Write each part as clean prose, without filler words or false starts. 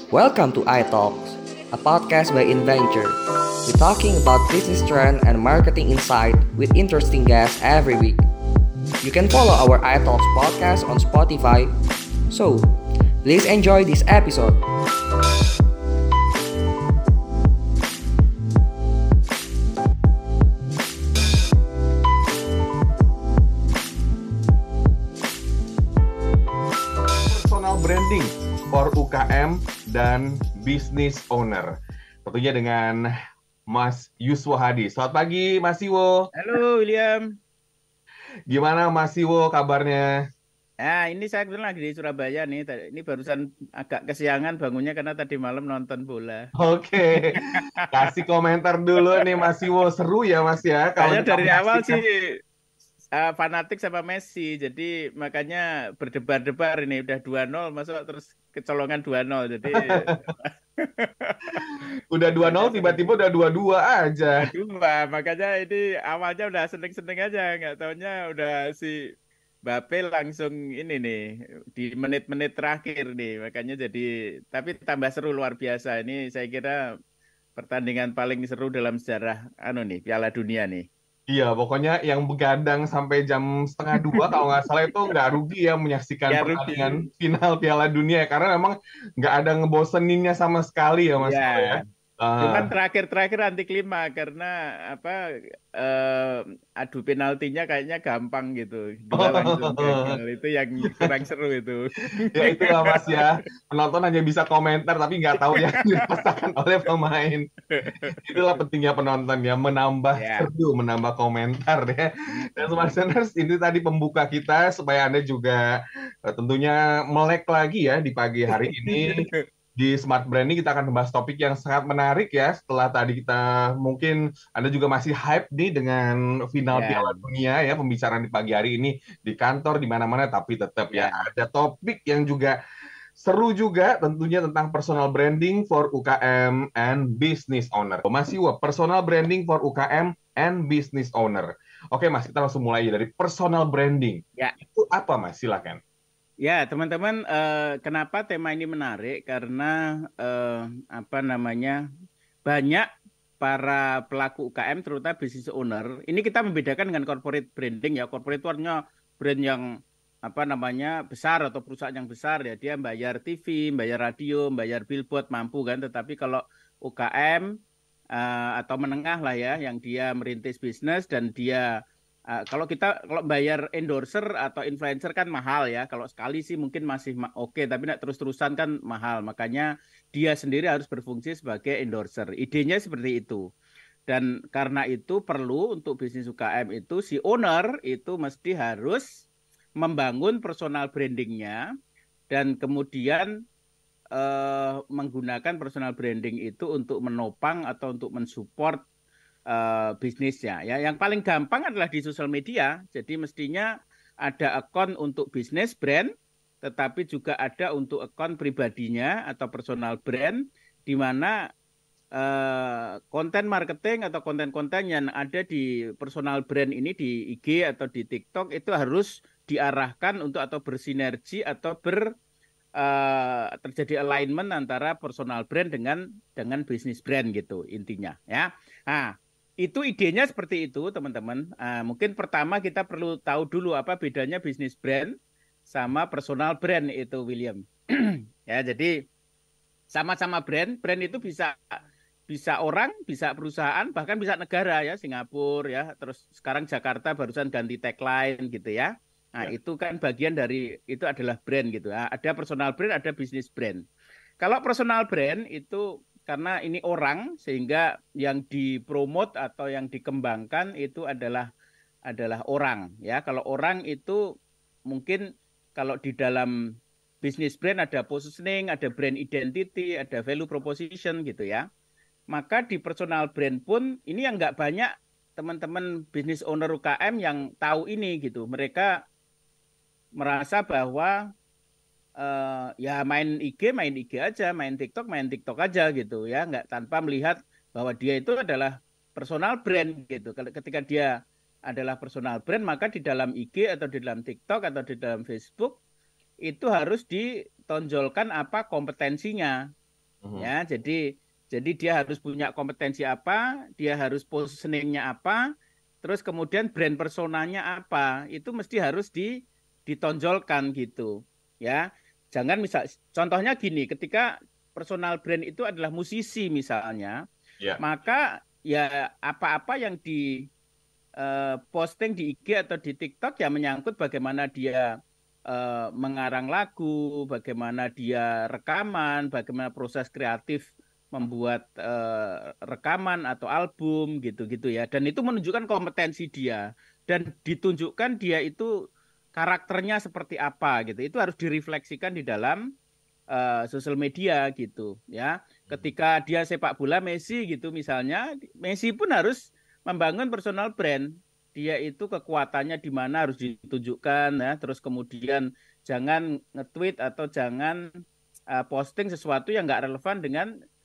Welcome to iTalks, a podcast by InVenture. We're talking about business trend and marketing insight with interesting guests every week. You can follow our iTalks podcast on Spotify. So, please enjoy this episode. Personal branding for UKM dan business owner. Tentunya dengan Mas Yuswo Hadi. Selamat pagi Mas Iwo. Halo William. Gimana Mas Iwo kabarnya? Nah, ini saya kebetulan lagi di Surabaya nih. Ini barusan agak kesiangan bangunnya karena tadi malam nonton bola. Oke. Kasih komentar dulu nih Mas Iwo. Seru ya Mas ya. Saya dari awal sih fanatik sama Messi. Jadi makanya berdebar-debar ini udah 2-0 masuk terus kecolongan 2-0. Jadi udah 2-0 tiba-tiba udah 2-2 aja. Makanya ini awalnya udah seneng-seneng aja, nggak taunya udah si Mbappe langsung ini nih di menit-menit terakhir nih, makanya jadi tapi tambah seru luar biasa. Ini saya kira pertandingan paling seru dalam sejarah Piala Dunia nih. Iya, pokoknya yang begadang sampai jam 1:30 kalau nggak salah itu nggak rugi ya menyaksikan pertandingan final Piala Dunia karena memang nggak ada ngeboseninnya sama sekali ya Mas. Ya. Cuman terakhir anti klima karena adu penaltinya kayaknya gampang gitu. Dua langsung gagal. Itu yang kurang seru itu. Ya itulah Mas ya. Penonton hanya bisa komentar tapi nggak tahu yang dirasakan oleh pemain. Itulah pentingnya penonton ya, menambah seru, menambah komentar ya. Dan Smart Listeners, ini tadi pembuka kita supaya Anda juga tentunya melek lagi ya di pagi hari ini. Di Smart Branding kita akan membahas topik yang sangat menarik ya. Setelah tadi kita mungkin Anda juga masih hype nih dengan final Piala Dunia ya, pembicaraan di pagi hari ini di kantor di mana-mana, tapi tetap ya ada topik yang juga seru juga tentunya tentang personal branding for UKM and business owner. Mas Iwo, personal branding for UKM and business owner. Oke Mas, kita langsung mulai dari personal branding. Itu apa Mas? Silakan. Ya, teman-teman, kenapa tema ini menarik? Karena banyak para pelaku UKM, terutama business owner. Ini kita membedakan dengan corporate branding ya. Corporate itu artinya brand yang besar atau perusahaan yang besar ya. Dia bayar TV, bayar radio, bayar billboard mampu kan. Tetapi kalau UKM atau menengah lah ya, yang dia merintis bisnis dan dia kalau bayar endorser atau influencer kan mahal ya. Kalau sekali sih mungkin masih oke, tapi terus-terusan kan mahal. Makanya dia sendiri harus berfungsi sebagai endorser. Idenya seperti itu. Dan karena itu perlu untuk bisnis UKM itu si owner itu mesti harus membangun personal brandingnya dan kemudian menggunakan personal branding itu untuk menopang atau untuk mensupport bisnisnya ya. Yang paling gampang adalah di sosial media. Jadi mestinya ada akun untuk bisnis brand, tetapi juga ada untuk akun pribadinya atau personal brand, di mana konten marketing atau konten-konten yang ada di personal brand ini di IG atau di TikTok itu harus diarahkan untuk atau bersinergi atau terjadi alignment antara personal brand dengan bisnis brand gitu intinya ya. Nah, itu idenya seperti itu teman-teman. Mungkin pertama kita perlu tahu dulu apa bedanya bisnis brand sama personal brand itu William. Ya, jadi sama-sama brand itu bisa orang, bisa perusahaan, bahkan bisa negara ya, Singapura ya. Terus sekarang Jakarta barusan ganti tagline gitu ya. Nah, itu kan bagian dari itu adalah brand gitu. Ada personal brand, ada bisnis brand. Kalau personal brand itu karena ini orang, sehingga yang dipromot atau yang dikembangkan itu adalah orang ya. Kalau orang itu mungkin kalau di dalam bisnis brand ada positioning, ada brand identity, ada value proposition gitu ya. Maka di personal brand pun ini yang nggak banyak teman-teman business owner UKM yang tahu ini gitu. Mereka merasa bahwa ya main IG aja, main TikTok aja gitu ya, nggak tanpa melihat bahwa dia itu adalah personal brand gitu. Ketika dia adalah personal brand, maka di dalam IG atau di dalam TikTok atau di dalam Facebook itu harus ditonjolkan apa kompetensinya. Ya, jadi dia harus punya kompetensi apa, dia harus positioningnya apa, terus kemudian brand personanya apa, itu mesti harus ditonjolkan gitu. Ya, jangan misal, contohnya gini, ketika personal brand itu adalah musisi misalnya, maka ya apa-apa yang di posting di IG atau di TikTok ya menyangkut bagaimana dia mengarang lagu, bagaimana dia rekaman, bagaimana proses kreatif membuat rekaman atau album gitu-gitu ya. Dan itu menunjukkan kompetensi dia dan ditunjukkan dia itu karakternya seperti apa gitu. Itu harus direfleksikan di dalam sosial media gitu ya. Ketika dia sepak bola Messi gitu misalnya, Messi pun harus membangun personal brand. Dia itu kekuatannya di mana harus ditunjukkan ya. Terus kemudian jangan nge-tweet atau jangan posting sesuatu yang nggak relevan dengan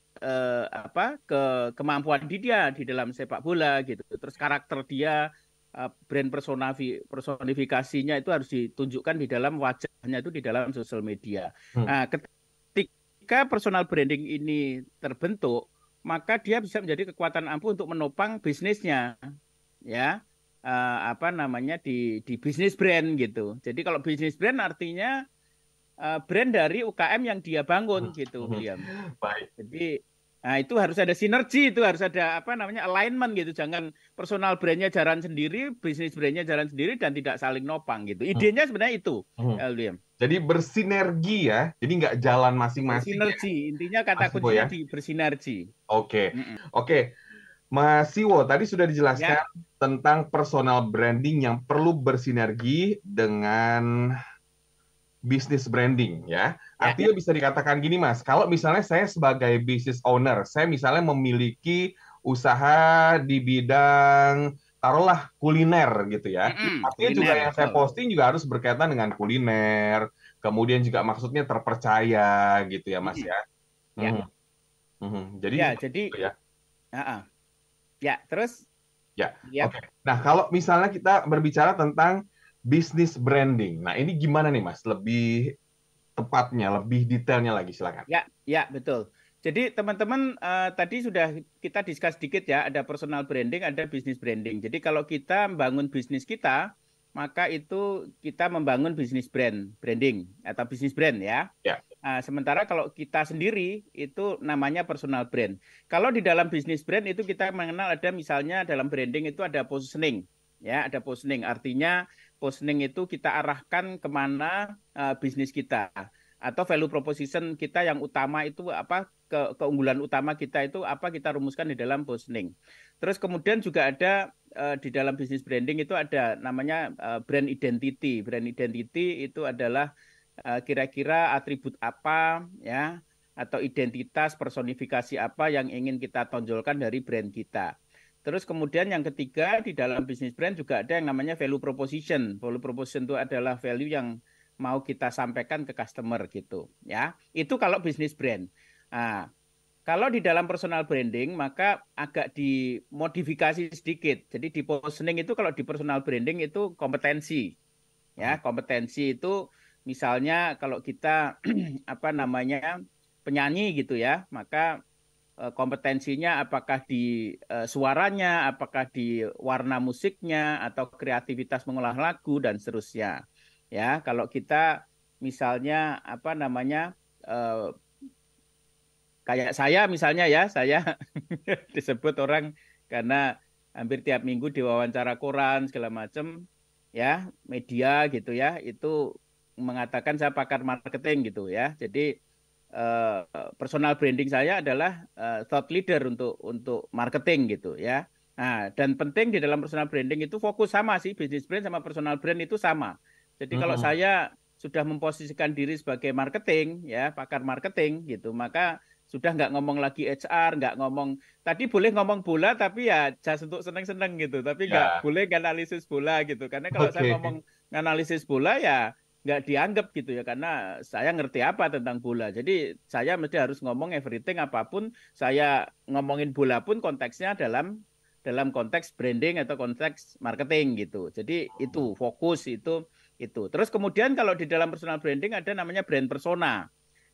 kemampuan dia di dalam sepak bola gitu. Terus karakter dia, brand personifikasinya itu harus ditunjukkan di dalam wajahnya itu di dalam sosial media. Nah, ketika personal branding ini terbentuk, maka dia bisa menjadi kekuatan ampuh untuk menopang bisnisnya, ya, di bisnis brand gitu. Jadi kalau bisnis brand artinya brand dari UKM yang dia bangun gitu, William. Baik. Jadi nah itu harus ada sinergi, itu harus ada alignment gitu. Jangan personal brandnya jalan sendiri, bisnis brandnya jalan sendiri dan tidak saling nopang gitu. Idenya sebenarnya itu, William. Jadi bersinergi ya, jadi nggak jalan masing-masing. Sinergi, ya? Intinya kata kuncinya di bersinergi. Oke. Mas Siwo, tadi sudah dijelaskan tentang personal branding yang perlu bersinergi dengan bisnis branding ya. Artinya bisa dikatakan gini Mas, kalau misalnya saya sebagai business owner, saya misalnya memiliki usaha di bidang taruhlah kuliner gitu ya. Artinya juga yang saya posting juga harus berkaitan dengan kuliner, kemudian juga maksudnya terpercaya gitu ya Mas ya. Jadi terus Oke. Nah, kalau misalnya kita berbicara tentang bisnis branding. Nah, ini gimana nih, Mas? Lebih tepatnya, lebih detailnya lagi, silakan. Ya, betul. Jadi teman-teman tadi sudah kita discuss sedikit ya, ada personal branding, ada bisnis branding. Jadi kalau kita membangun bisnis kita, maka itu kita membangun bisnis branding atau bisnis brand ya. Sementara kalau kita sendiri itu namanya personal brand. Kalau di dalam bisnis brand itu kita mengenal ada misalnya dalam branding itu ada positioning. Ya, ada positioning. Artinya positioning itu kita arahkan kemana bisnis kita atau value proposition kita yang utama itu apa, keunggulan utama kita itu apa, kita rumuskan di dalam positioning. Terus kemudian juga ada di dalam bisnis branding itu ada namanya brand identity. Brand identity itu adalah kira-kira atribut apa ya atau identitas personifikasi apa yang ingin kita tonjolkan dari brand kita. Terus kemudian yang ketiga di dalam bisnis brand juga ada yang namanya value proposition. Value proposition itu adalah value yang mau kita sampaikan ke customer gitu ya. Itu kalau bisnis brand. Nah, kalau di dalam personal branding maka agak dimodifikasi sedikit. Jadi di positioning itu kalau di personal branding itu kompetensi. Ya, kompetensi itu misalnya kalau kita penyanyi gitu ya, maka kompetensinya apakah di suaranya, apakah di warna musiknya, atau kreativitas mengolah lagu dan seterusnya. Ya, kalau kita misalnya kayak saya misalnya ya, saya disebut orang karena hampir tiap minggu diwawancara koran segala macam ya, media gitu ya, itu mengatakan saya pakar marketing gitu ya. Jadi personal branding saya adalah thought leader untuk marketing gitu ya. Nah, dan penting di dalam personal branding itu fokus sama sih, business brand sama personal brand itu sama. Jadi kalau saya sudah memposisikan diri sebagai marketing ya, pakar marketing gitu, maka sudah nggak ngomong lagi HR, nggak ngomong, tadi boleh ngomong bola tapi ya just untuk seneng-seneng gitu, tapi nggak boleh analisis bola gitu. Karena kalau saya ngomong analisis bola ya nggak dianggap gitu ya, karena saya ngerti apa tentang bola. Jadi saya mesti harus ngomong everything, apapun saya ngomongin bola pun konteksnya dalam konteks branding atau konteks marketing gitu. Jadi itu fokus itu. Terus kemudian kalau di dalam personal branding ada namanya brand persona.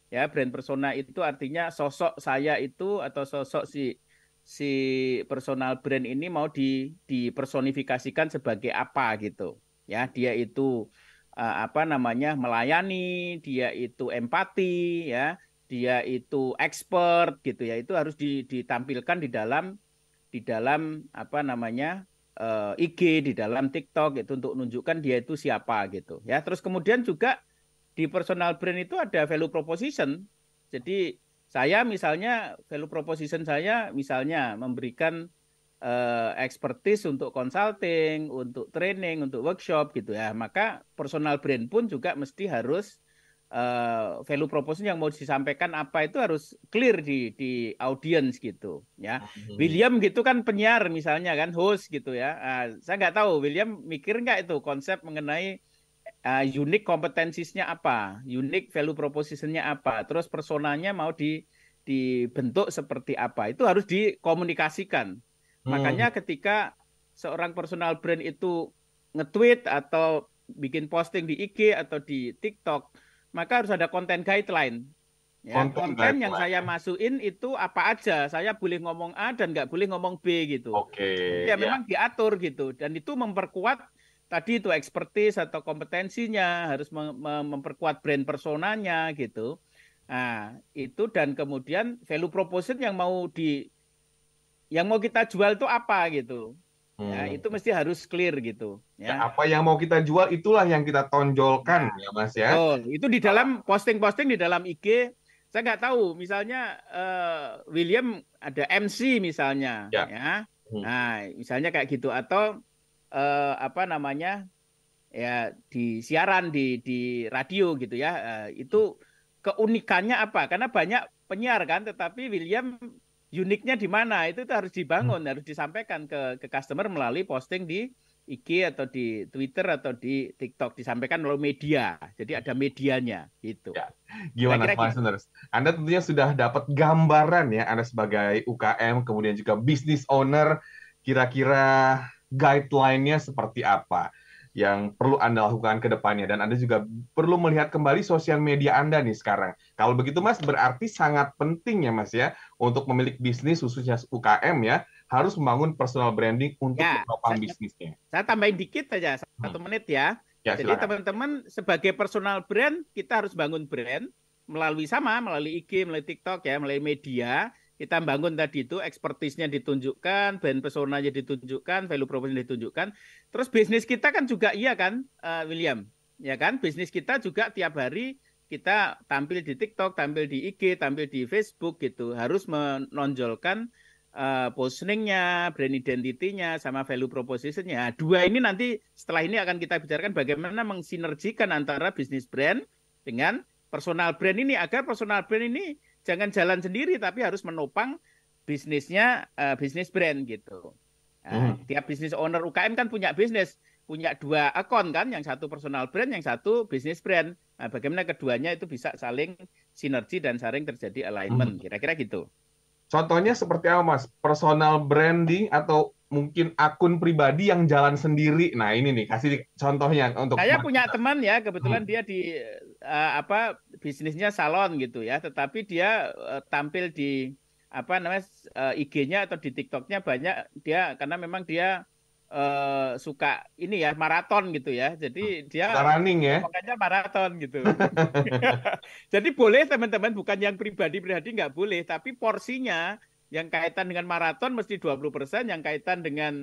Ya, brand persona itu artinya sosok saya itu atau sosok si personal brand ini mau dipersonifikasikan sebagai apa gitu. Ya, dia itu apa namanya melayani, dia itu empati, ya, dia itu expert gitu ya. Itu harus ditampilkan di dalam apa namanya IG, di dalam TikTok itu untuk menunjukkan dia itu siapa gitu. Ya, terus kemudian juga di personal brand itu ada value proposition. Jadi saya misalnya value proposition saya misalnya memberikan expertise untuk consulting, untuk training, untuk workshop gitu ya. Maka personal brand pun juga mesti harus value proposition yang mau disampaikan apa itu harus clear di audience gitu ya. William gitu kan penyiar misalnya kan host gitu ya. Saya nggak tahu William mikir nggak itu konsep mengenai unique kompetensinya apa, unique value propositionnya apa, terus personanya mau dibentuk seperti apa, itu harus dikomunikasikan. Makanya ketika seorang personal brand itu nge-tweet atau bikin posting di IG atau di TikTok, maka harus ada konten guideline. Ya, konten yang saya masukin itu apa aja, saya boleh ngomong A dan nggak boleh ngomong B gitu. Oke. Ya memang diatur gitu, dan itu memperkuat tadi itu expertise atau kompetensinya, harus memperkuat brand personanya gitu. Nah, itu dan kemudian value proposition yang mau kita jual itu apa gitu. Ya, itu mesti harus clear gitu. Ya, apa yang mau kita jual itulah yang kita tonjolkan ya Mas ya. Betul. Itu di dalam posting-posting di dalam IG, saya nggak tahu. Misalnya William ada MC misalnya, ya. Nah, misalnya kayak gitu atau apa namanya ya di siaran di radio gitu ya. Itu keunikannya apa? Karena banyak penyiar kan, tetapi William uniknya di mana? Itu harus dibangun, harus disampaikan ke customer melalui posting di IG atau di Twitter atau di TikTok, disampaikan melalui media. Jadi ada medianya gitu. Ya. Gimana Mas Ners? Anda tentunya sudah dapat gambaran ya Anda sebagai UKM kemudian juga business owner, kira-kira guideline-nya seperti apa yang perlu Anda lakukan ke depannya, dan Anda juga perlu melihat kembali sosial media Anda nih sekarang. Kalau begitu Mas, berarti sangat penting ya Mas ya, untuk pemilik bisnis khususnya UKM ya, harus membangun personal branding untuk menopang bisnisnya. Saya tambahin dikit aja, 1 menit ya. Jadi teman-teman sebagai personal brand, kita harus bangun brand melalui IG, melalui TikTok ya, melalui media. Kita bangun tadi itu, expertise-nya ditunjukkan, brand personanya ditunjukkan, value proposition ditunjukkan. Terus bisnis kita kan juga iya kan, William? Ya kan, bisnis kita juga tiap hari kita tampil di TikTok, tampil di IG, tampil di Facebook gitu. Harus menonjolkan positioning-nya, brand identity-nya, sama value proposition-nya. Dua ini nanti setelah ini akan kita bicarakan bagaimana mensinergikan antara bisnis brand dengan personal brand ini, agar personal brand ini jangan jalan sendiri tapi harus menopang bisnisnya, bisnis brand gitu. Tiap bisnis owner UKM kan punya bisnis, punya 2 akun kan, yang satu personal brand, yang satu bisnis brand. Nah, bagaimana keduanya itu bisa saling sinergi dan saling terjadi alignment, kira-kira gitu. Contohnya seperti apa Mas? Personal branding atau mungkin akun pribadi yang jalan sendiri. Nah ini nih, kasih contohnya untuk. Saya punya teman ya, kebetulan dia di bisnisnya salon gitu ya, tetapi dia tampil di IG-nya atau di TikTok-nya banyak dia, karena memang dia suka ini ya, maraton gitu ya. Jadi dia running ya. Makanya maraton gitu. Jadi boleh teman-teman, bukan yang pribadi-pribadi nggak boleh, tapi porsinya yang kaitan dengan maraton mesti 20%, yang kaitan dengan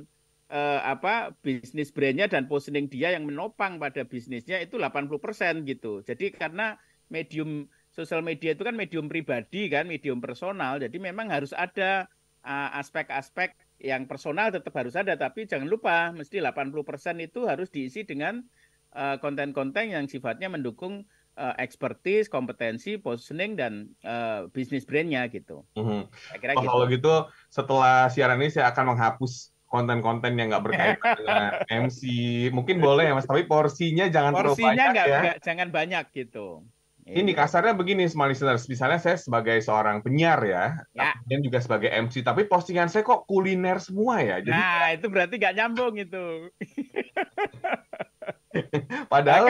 bisnis brandnya dan positioning dia yang menopang pada bisnisnya itu 80% gitu. Jadi karena medium sosial media itu kan medium pribadi kan, medium personal, jadi memang harus ada aspek-aspek yang personal tetap harus ada, tapi jangan lupa mesti 80% itu harus diisi dengan konten-konten yang sifatnya mendukung expertise, kompetensi, positioning, dan bisnis brandnya gitu. Kira-kira gitu. Kalau gitu setelah siaran ini saya akan menghapus konten-konten yang nggak berkaitan dengan MC. Mungkin boleh ya Mas, tapi porsinya jangan terlalu banyak ya. Jangan banyak gitu. Ini kasarnya begini, small listeners. Misalnya saya sebagai seorang penyiar ya, dan juga sebagai MC, tapi postingan saya kok kuliner semua ya. Jadi, nah, itu berarti nggak nyambung itu. Padahal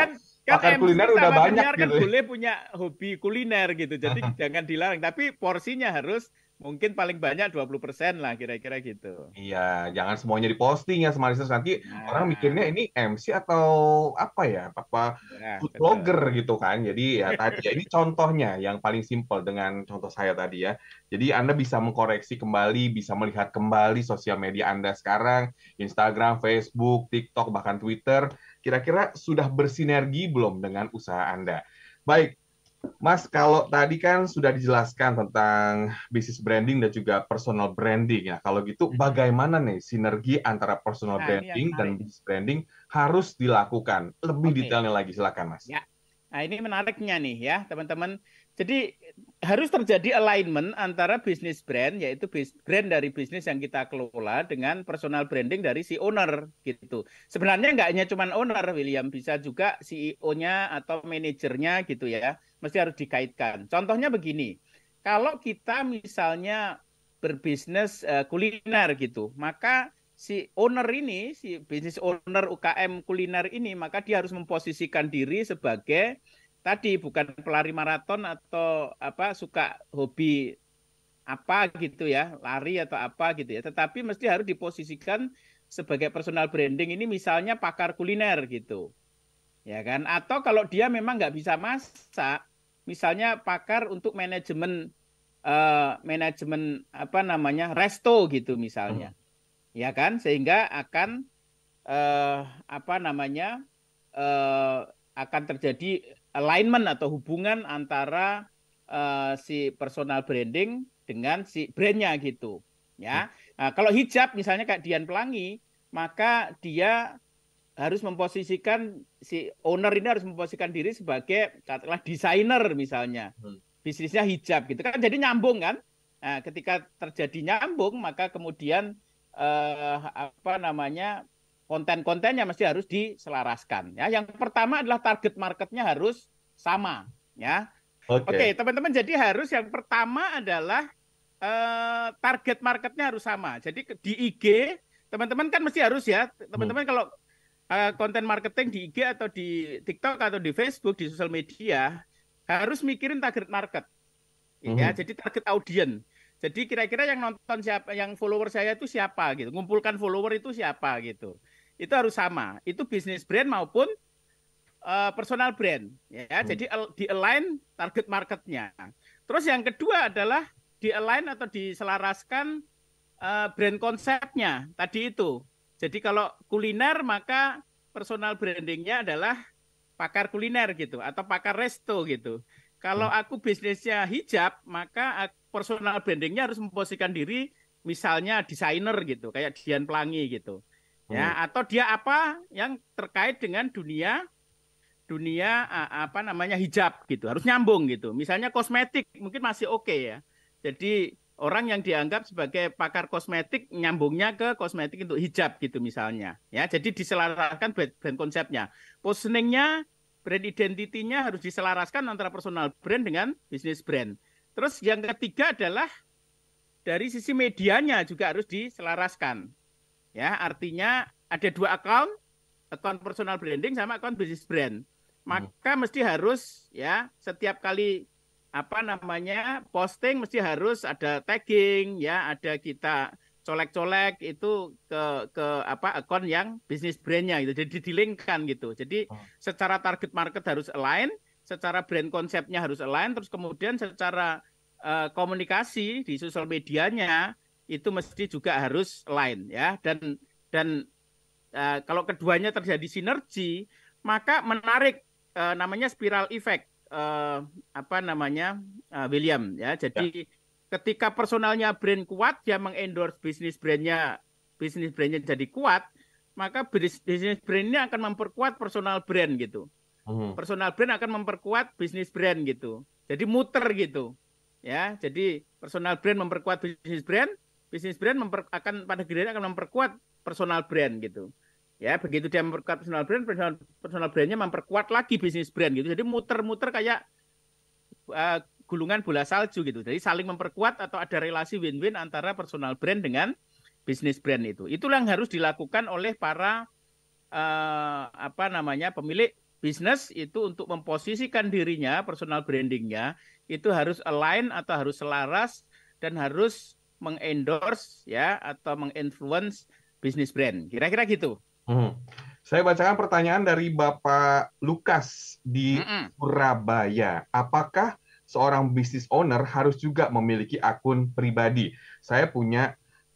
pakar kuliner udah banyak kan gitu. Boleh punya hobi kuliner gitu. Jadi jangan dilarang, tapi porsinya harus mungkin paling banyak 20% lah kira-kira gitu. Iya, jangan semuanya diposting ya Smart Listeners. Nanti orang mikirnya Nah, ini MC atau apa ya, apa ya food betul. blogger gitu kan. Jadi ya tadi ya ini contohnya yang paling simpel dengan contoh saya tadi ya. Jadi Anda bisa mengkoreksi kembali, bisa melihat kembali sosial media Anda sekarang, Instagram, Facebook, TikTok, bahkan Twitter. Kira-kira sudah bersinergi belum dengan usaha Anda? Baik, Mas, kalau tadi kan sudah dijelaskan tentang bisnis branding dan juga personal branding ya. Kalau gitu, bagaimana nih sinergi antara personal Nah, ini yang branding dan menarik. bisnis branding harus dilakukan? Lebih Oke. detailnya lagi, silakan Mas. Ya. Nah, ini menariknya nih ya, teman-teman. Jadi harus terjadi alignment antara bisnis brand, yaitu brand dari bisnis yang kita kelola dengan personal branding dari si owner gitu. Sebenarnya nggak hanya cuma owner, William, bisa juga CEO-nya atau manajernya gitu ya. Mesti harus dikaitkan. Contohnya begini, kalau kita misalnya berbisnis kuliner gitu, maka si owner ini, si bisnis owner UKM kuliner ini, maka dia harus memposisikan diri sebagai tadi bukan pelari maraton atau apa suka hobi apa gitu ya, lari atau apa gitu ya, tetapi mesti harus diposisikan sebagai personal branding ini misalnya pakar kuliner gitu. Ya kan? Atau kalau dia memang nggak bisa masak, misalnya pakar untuk manajemen manajemen apa namanya? Resto gitu misalnya. Ya kan? Sehingga akan apa namanya eh, akan terjadi alignment atau hubungan antara si personal branding dengan si brandnya gitu ya. Nah, kalau hijab misalnya kayak Dian Pelangi, maka dia harus memposisikan si owner ini harus memposisikan diri sebagai katakanlah desainer misalnya, bisnisnya hijab gitu kan, jadi nyambung kan. Nah, ketika terjadi nyambung maka kemudian apa namanya konten-kontennya mesti harus diselaraskan ya. Yang pertama adalah target marketnya harus sama ya. Oke, Oke. teman-teman, jadi harus yang pertama adalah target marketnya harus sama. Jadi di IG teman-teman kan mesti harus ya, teman-teman kalau konten marketing di IG atau di TikTok atau di Facebook di sosial media harus mikirin target market ya, jadi target audience. Jadi kira-kira yang nonton siapa, yang follower saya itu siapa gitu, ngumpulkan follower itu siapa gitu. Itu harus sama. Itu bisnis brand maupun personal brand ya. Jadi di align target marketnya. Terus yang kedua adalah di align atau diselaraskan brand konsepnya tadi itu. Jadi kalau kuliner maka personal brandingnya adalah pakar kuliner gitu atau pakar resto gitu. Kalau aku bisnisnya hijab, maka personal brandingnya harus memposisikan diri misalnya desainer gitu, kayak Dian Pelangi gitu. Ya, atau dia apa yang terkait dengan dunia dunia apa namanya hijab gitu, harus nyambung gitu. Misalnya kosmetik mungkin masih oke ya. Jadi orang yang dianggap sebagai pakar kosmetik nyambungnya ke kosmetik untuk hijab gitu misalnya. Ya, jadi diselaraskan brand konsepnya. Positioningnya, brand identity-nya harus diselaraskan antara personal brand dengan bisnis brand. Terus yang ketiga adalah dari sisi medianya juga harus diselaraskan. Ya, artinya ada dua account personal branding sama account bisnis brand. Maka mesti harus ya setiap kali apa namanya posting mesti harus ada tagging ya, ada kita colek-colek itu ke apa akun yang bisnis brandnya gitu, jadi dilingkan gitu. Jadi secara target market harus align, secara brand konsepnya harus align, terus kemudian secara komunikasi di sosial medianya itu mesti juga harus align ya. Dan kalau keduanya terjadi sinergi maka menarik namanya spiral effect apa namanya William ya. Jadi ketika personalnya brand kuat, dia mengendorse bisnis brandnya jadi kuat, maka bisnis brandnya akan memperkuat personal brand gitu. Personal brand akan memperkuat bisnis brand gitu. Jadi muter gitu ya. Jadi personal brand memperkuat bisnis brand akan pada giliran akan memperkuat personal brand gitu. Ya, begitu dia memperkuat personal brandnya memperkuat lagi bisnis brand gitu. Jadi muter-muter kayak gulungan bola salju gitu. Jadi saling memperkuat atau ada relasi win-win antara personal brand dengan bisnis brand itu. Itulah yang harus dilakukan oleh para apa namanya pemilik bisnis itu untuk memposisikan dirinya, personal brandingnya itu harus align atau harus selaras dan harus mengendorse ya atau menginfluence bisnis brand. Kira-kira gitu. Saya bacakan pertanyaan dari Bapak Lukas di Surabaya. Apakah seorang business owner harus juga memiliki akun pribadi? Saya punya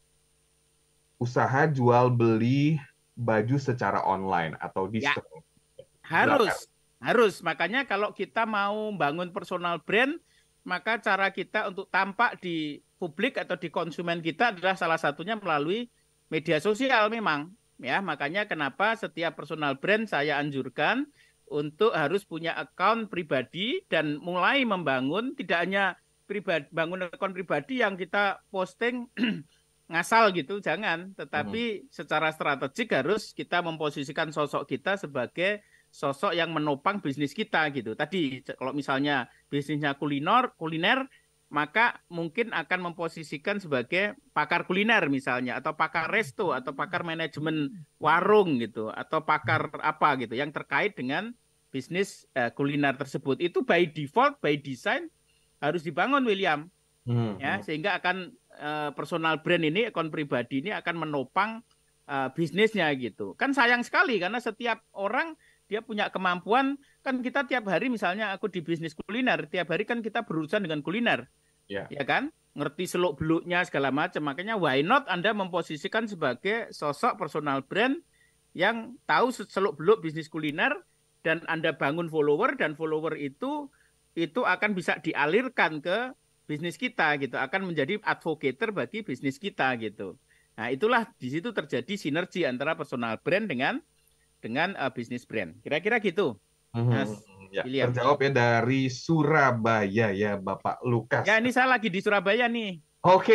usaha jual beli baju secara online atau distro. Ya, harus. Makanya kalau kita mau bangun personal brand, maka cara kita untuk tampak di publik atau di konsumen kita adalah salah satunya melalui media sosial memang. Ya, makanya kenapa setiap personal brand saya anjurkan untuk harus punya akun pribadi dan mulai membangun tidak hanya bangun akun pribadi yang kita posting ngasal gitu, jangan. Tetapi secara strategik harus kita memposisikan sosok kita sebagai sosok yang menopang bisnis kita gitu. Tadi kalau misalnya bisnisnya kuliner, maka mungkin akan memposisikan sebagai pakar kuliner misalnya, atau pakar resto, atau pakar manajemen warung gitu, atau pakar apa gitu yang terkait dengan bisnis kuliner tersebut. Itu by default, by design harus dibangun, William. Ya, sehingga akan personal brand ini, akun pribadi ini akan menopang bisnisnya gitu. Kan sayang sekali karena setiap orang dia punya kemampuan, kan kita tiap hari misalnya aku di bisnis kuliner, tiap hari kan kita berurusan dengan kuliner. Ya kan? Ngerti seluk-beluknya segala macam. Makanya why not Anda memposisikan sebagai sosok personal brand yang tahu seluk-beluk bisnis kuliner dan Anda bangun follower, dan follower itu akan bisa dialirkan ke bisnis kita gitu, akan menjadi advocator bagi bisnis kita gitu. Nah, itulah di situ terjadi sinergi antara personal brand dengan bisnis brand. Kira-kira gitu. Ya, terjawab ya dari Surabaya ya Bapak Lukas. Ya, ini saya lagi di Surabaya nih. Oke.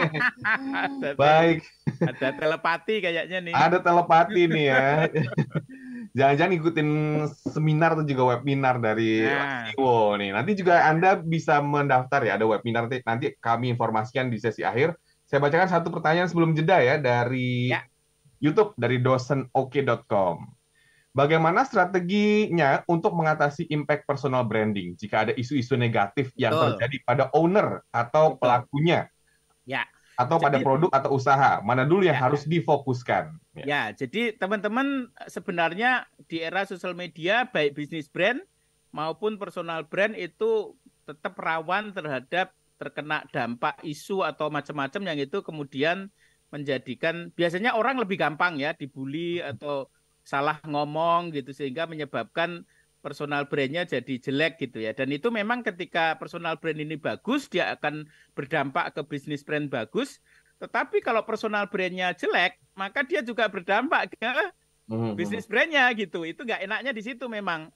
Baik. Ada telepati kayaknya nih. Ada telepati nih ya. Jangan-jangan ikutin seminar atau juga webinar dari Iwo nih. Nanti juga Anda bisa mendaftar ya, ada webinar nanti kami informasikan di sesi akhir. Saya bacakan satu pertanyaan sebelum jeda ya dari YouTube dari dosenoke.com. Bagaimana strateginya untuk mengatasi impact personal branding jika ada isu-isu negatif yang terjadi pada owner atau pelakunya? Ya. Atau pada produk atau usaha? Mana dulu yang harus difokuskan? Ya, jadi teman-teman sebenarnya di era sosial media, baik bisnis brand maupun personal brand itu tetap rawan terhadap terkena dampak isu atau macam-macam yang itu kemudian menjadikan, biasanya orang lebih gampang ya dibully atau salah ngomong gitu, sehingga menyebabkan personal brand-nya jadi jelek gitu ya. Dan itu memang ketika personal brand ini bagus, dia akan berdampak ke bisnis brand bagus. Tetapi kalau personal brand-nya jelek, maka dia juga berdampak ke bisnis brand-nya gitu. Itu nggak enaknya di situ memang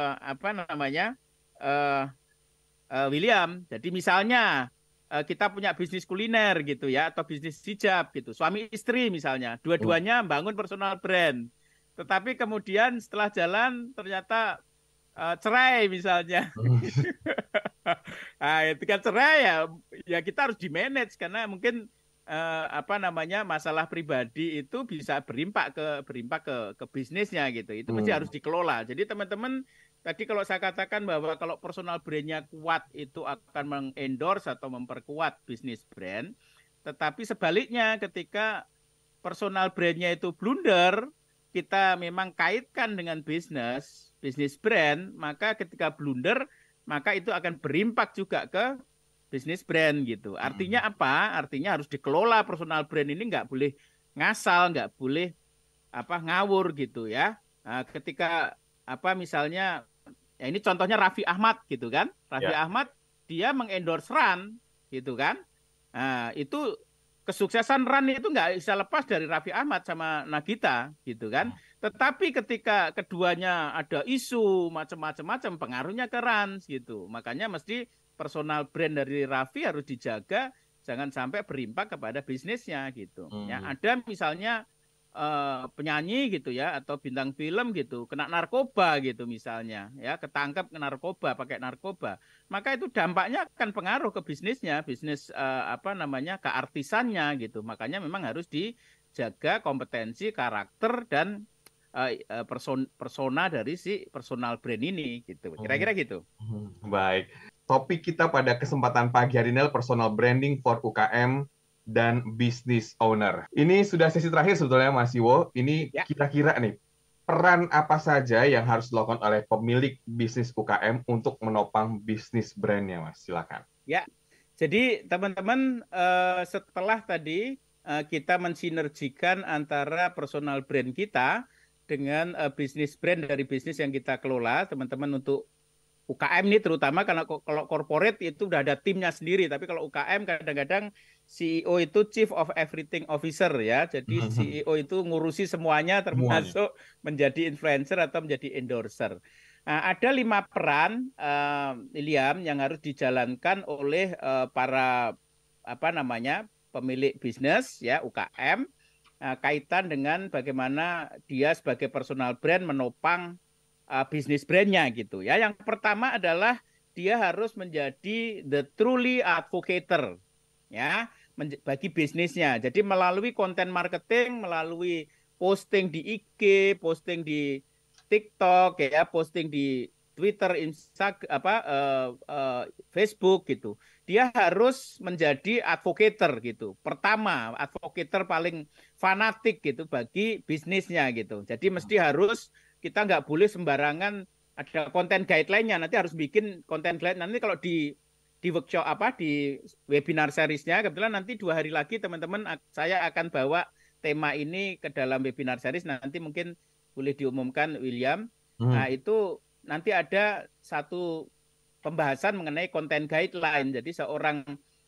William. Jadi misalnya kita punya bisnis kuliner gitu ya, atau bisnis hijab gitu. Suami istri misalnya, dua-duanya bangun personal brand. Tetapi kemudian setelah jalan ternyata cerai misalnya. Nah, ketika cerai ya kita harus di-manage karena mungkin masalah pribadi itu bisa berimpak ke bisnisnya gitu. Itu mesti harus dikelola. Jadi teman-teman, tadi kalau saya katakan bahwa kalau personal brand-nya kuat itu akan mengendorse atau memperkuat bisnis brand. Tetapi sebaliknya ketika personal brand-nya itu blunder, kita memang kaitkan dengan bisnis brand, maka ketika blunder, maka itu akan berimpak juga ke bisnis brand gitu. Artinya apa? Artinya harus dikelola personal brand ini, nggak boleh ngasal, nggak boleh ngawur gitu ya. Nah, ketika misalnya, ya ini contohnya Raffi Ahmad gitu kan. Raffi Ahmad dia mengendorse Run gitu kan. Nah, itu kesuksesan Run itu nggak bisa lepas dari Raffi Ahmad sama Nagita gitu kan. Tetapi ketika keduanya ada isu macam-macam, pengaruhnya ke Run gitu. Makanya mesti personal brand dari Raffi harus dijaga, jangan sampai berimpak kepada bisnisnya gitu. Ya, ada misalnya penyanyi gitu ya, atau bintang film gitu kena narkoba gitu misalnya ya, ketangkap narkoba, pakai narkoba, maka itu dampaknya akan pengaruh ke bisnisnya, bisnis keartisannya gitu. Makanya memang harus dijaga kompetensi, karakter, dan persona dari si personal brand ini gitu. Kira-kira gitu. Baik. Topik kita pada kesempatan pagi hari ini adalah personal branding for UKM dan business owner. Ini sudah sesi terakhir sebetulnya Mas Iwo. Ini kira-kira nih, peran apa saja yang harus dilakukan oleh pemilik bisnis UKM untuk menopang bisnis brandnya, Mas? Silakan. Ya, jadi teman-teman setelah tadi kita mensinergikan antara personal brand kita dengan bisnis brand dari bisnis yang kita kelola, teman-teman untuk UKM ini terutama karena kalau corporate itu udah ada timnya sendiri, tapi kalau UKM kadang-kadang CEO itu Chief of Everything Officer ya, jadi CEO itu ngurusi semuanya termasuk menjadi influencer atau menjadi endorser. Nah, ada 5 peran William yang harus dijalankan oleh para pemilik bisnis ya UKM kaitan dengan bagaimana dia sebagai personal brand menopang bisnis brandnya gitu ya. Yang pertama adalah dia harus menjadi the truly advocator ya bagi bisnisnya. Jadi melalui konten marketing, melalui posting di IG, posting di TikTok ya, posting di Twitter, Facebook gitu. Dia harus menjadi advocator gitu. Pertama, advocator paling fanatik gitu bagi bisnisnya gitu. Jadi mesti harus kita nggak boleh sembarangan ada konten guideline-nya, nanti harus bikin konten guideline. Nanti kalau di workshop di webinar seriesnya, kebetulan nanti 2 hari lagi teman-teman saya akan bawa tema ini ke dalam webinar series, nanti mungkin boleh diumumkan William. Nah itu nanti ada satu pembahasan mengenai konten guideline. Jadi seorang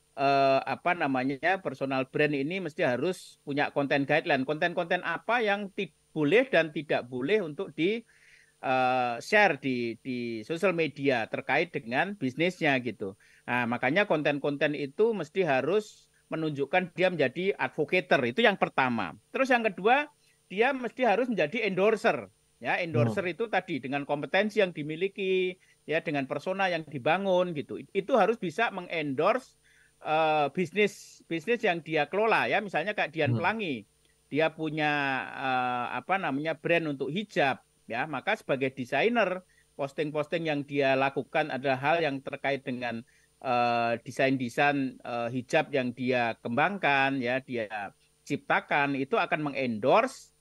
personal brand ini mesti harus punya konten guideline. Konten-konten apa yang boleh dan tidak boleh untuk di share di sosial media terkait dengan bisnisnya gitu. Nah, makanya konten-konten itu mesti harus menunjukkan dia menjadi advocator. Itu yang pertama. Terus yang kedua, dia mesti harus menjadi endorser. Ya, endorser itu tadi dengan kompetensi yang dimiliki, ya dengan persona yang dibangun gitu. Itu harus bisa mengendorse bisnis yang dia kelola ya. Misalnya kayak Dian Pelangi. Dia punya brand untuk hijab ya, maka sebagai desainer posting-posting yang dia lakukan adalah hal yang terkait dengan desain-desain hijab yang dia kembangkan ya, dia ciptakan, itu akan mengendorse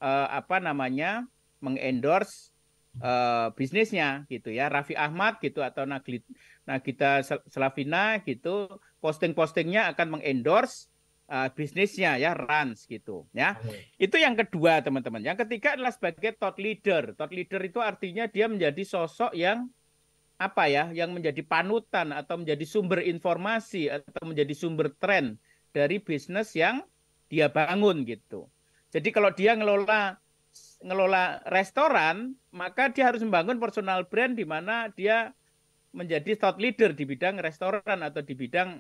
bisnisnya gitu ya. Raffi Ahmad gitu atau Nagita Slavina gitu, posting-postingnya akan mengendorse bisnisnya ya, Rans gitu ya. Itu yang kedua teman-teman. Yang ketiga adalah sebagai thought leader. Thought leader itu artinya dia menjadi sosok yang yang menjadi panutan atau menjadi sumber informasi atau menjadi sumber tren dari bisnis yang dia bangun gitu. Jadi kalau dia ngelola restoran, maka dia harus membangun personal brand di mana dia menjadi thought leader di bidang restoran atau di bidang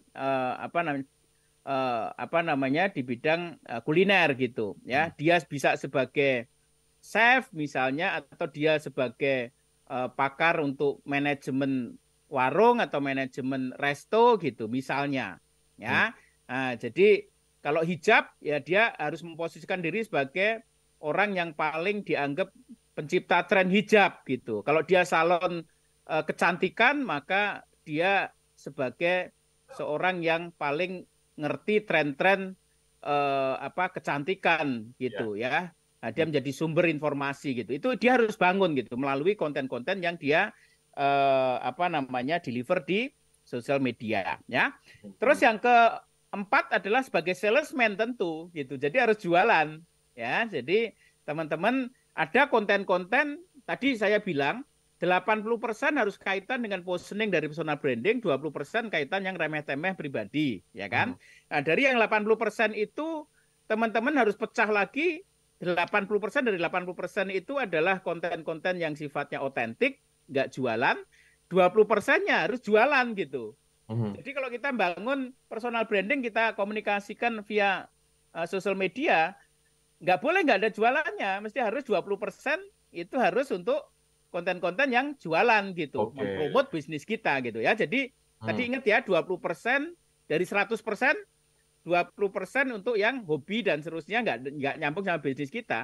di bidang kuliner gitu ya. Dia bisa sebagai chef misalnya, atau dia sebagai pakar untuk manajemen warung atau manajemen resto gitu misalnya ya. Nah, jadi kalau hijab ya dia harus memposisikan diri sebagai orang yang paling dianggap pencipta tren hijab gitu. Kalau dia salon kecantikan, maka dia sebagai seorang yang paling ngerti tren-tren kecantikan gitu ya. Nah, dia menjadi sumber informasi gitu. Itu dia harus bangun gitu melalui konten-konten yang dia deliver di sosial media ya. Terus yang keempat adalah sebagai salesman tentu gitu. Jadi harus jualan ya. Jadi teman-teman ada konten-konten tadi saya bilang 80% harus kaitan dengan positioning dari personal branding, 20% kaitan yang remeh-temeh pribadi, ya kan? Nah, dari yang 80% itu teman-teman harus pecah lagi. 80% dari 80% itu adalah konten-konten yang sifatnya otentik, nggak jualan. 20%-nya harus jualan gitu. Jadi kalau kita bangun personal branding, kita komunikasikan via sosial media, nggak boleh nggak ada jualannya. Mesti harus 20% itu harus untuk konten-konten yang jualan gitu, mempromot bisnis kita gitu ya. Jadi tadi ingat ya, 20% dari 100%, 20% untuk yang hobi dan seterusnya nggak nyambung sama bisnis kita.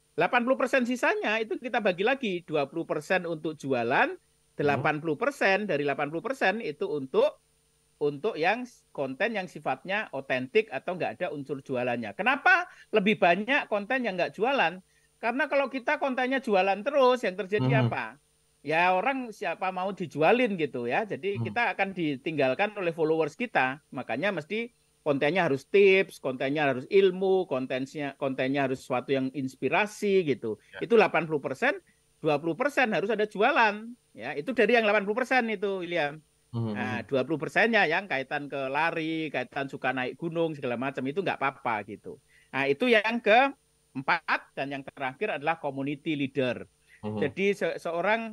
80% sisanya itu kita bagi lagi, 20% untuk jualan, 80% dari 80% itu untuk yang konten yang sifatnya otentik atau nggak ada unsur jualannya. Kenapa lebih banyak konten yang nggak jualan? Karena kalau kita kontennya jualan terus, yang terjadi apa? Ya orang siapa mau dijualin gitu ya. Jadi kita akan ditinggalkan oleh followers kita. Makanya mesti kontennya harus tips, kontennya harus ilmu, kontennya harus sesuatu yang inspirasi gitu. Ya. Itu 80%, 20% harus ada jualan. Ya, itu dari yang 80% itu, William. Nah, 20%-nya yang kaitan ke lari, kaitan suka naik gunung segala macam itu nggak apa-apa gitu. Nah, itu yang keempat dan yang terakhir adalah community leader. Jadi seorang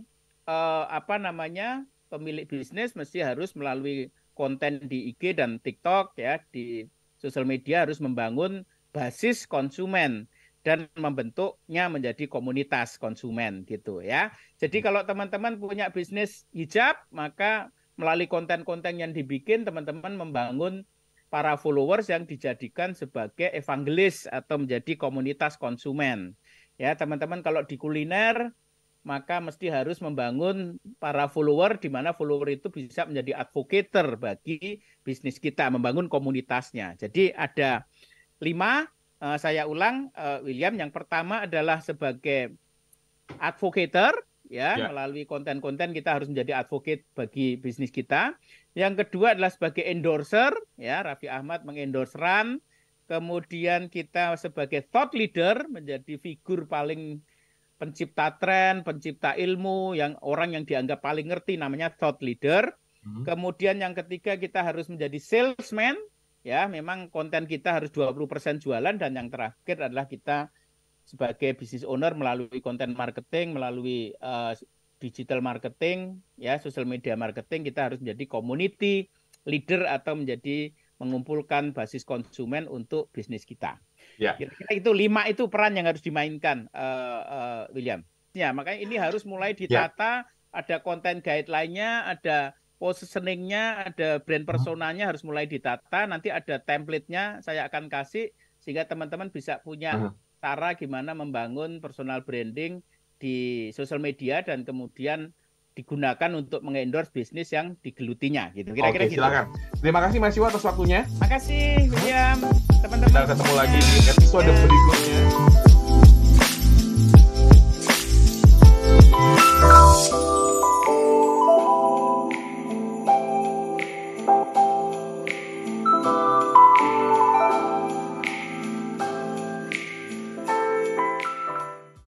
pemilik bisnis mesti harus melalui konten di IG dan TikTok ya, di sosial media harus membangun basis konsumen dan membentuknya menjadi komunitas konsumen gitu ya. Jadi kalau teman-teman punya bisnis hijab, maka melalui konten-konten yang dibikin teman-teman membangun para followers yang dijadikan sebagai evangelis atau menjadi komunitas konsumen. Ya, teman-teman kalau di kuliner maka mesti harus membangun para follower di mana follower itu bisa menjadi advocator bagi bisnis kita, membangun komunitasnya. Jadi ada 5, saya ulang William. Yang pertama adalah sebagai advocator, ya, melalui konten-konten kita harus menjadi advocate bagi bisnis kita. Yang kedua adalah sebagai endorser, ya, Raffi Ahmad mengendorse RAN. Kemudian kita sebagai thought leader, menjadi figur paling pencipta tren, pencipta ilmu, yang orang yang dianggap paling ngerti namanya thought leader. Kemudian yang ketiga kita harus menjadi salesman, ya, memang konten kita harus 20% jualan, dan yang terakhir adalah kita sebagai business owner melalui konten marketing, melalui digital marketing, ya, social media marketing, kita harus menjadi community leader atau menjadi mengumpulkan basis konsumen untuk bisnis kita. Ya. Kira-kira itu 5 itu peran yang harus dimainkan, William. Ya, makanya ini harus mulai ditata, ada konten guideline-nya, ada positioning-nya, ada brand personanya harus mulai ditata. Nanti ada template-nya saya akan kasih sehingga teman-teman bisa punya cara gimana membangun personal branding di sosial media dan kemudian digunakan untuk mengendorse bisnis yang digelutinya gitu. Kira-kira gitu. Silakan. Terima kasih Mas Iwa atas waktunya. Makasih William, teman-teman. Kita ketemu lagi di episode berikutnya.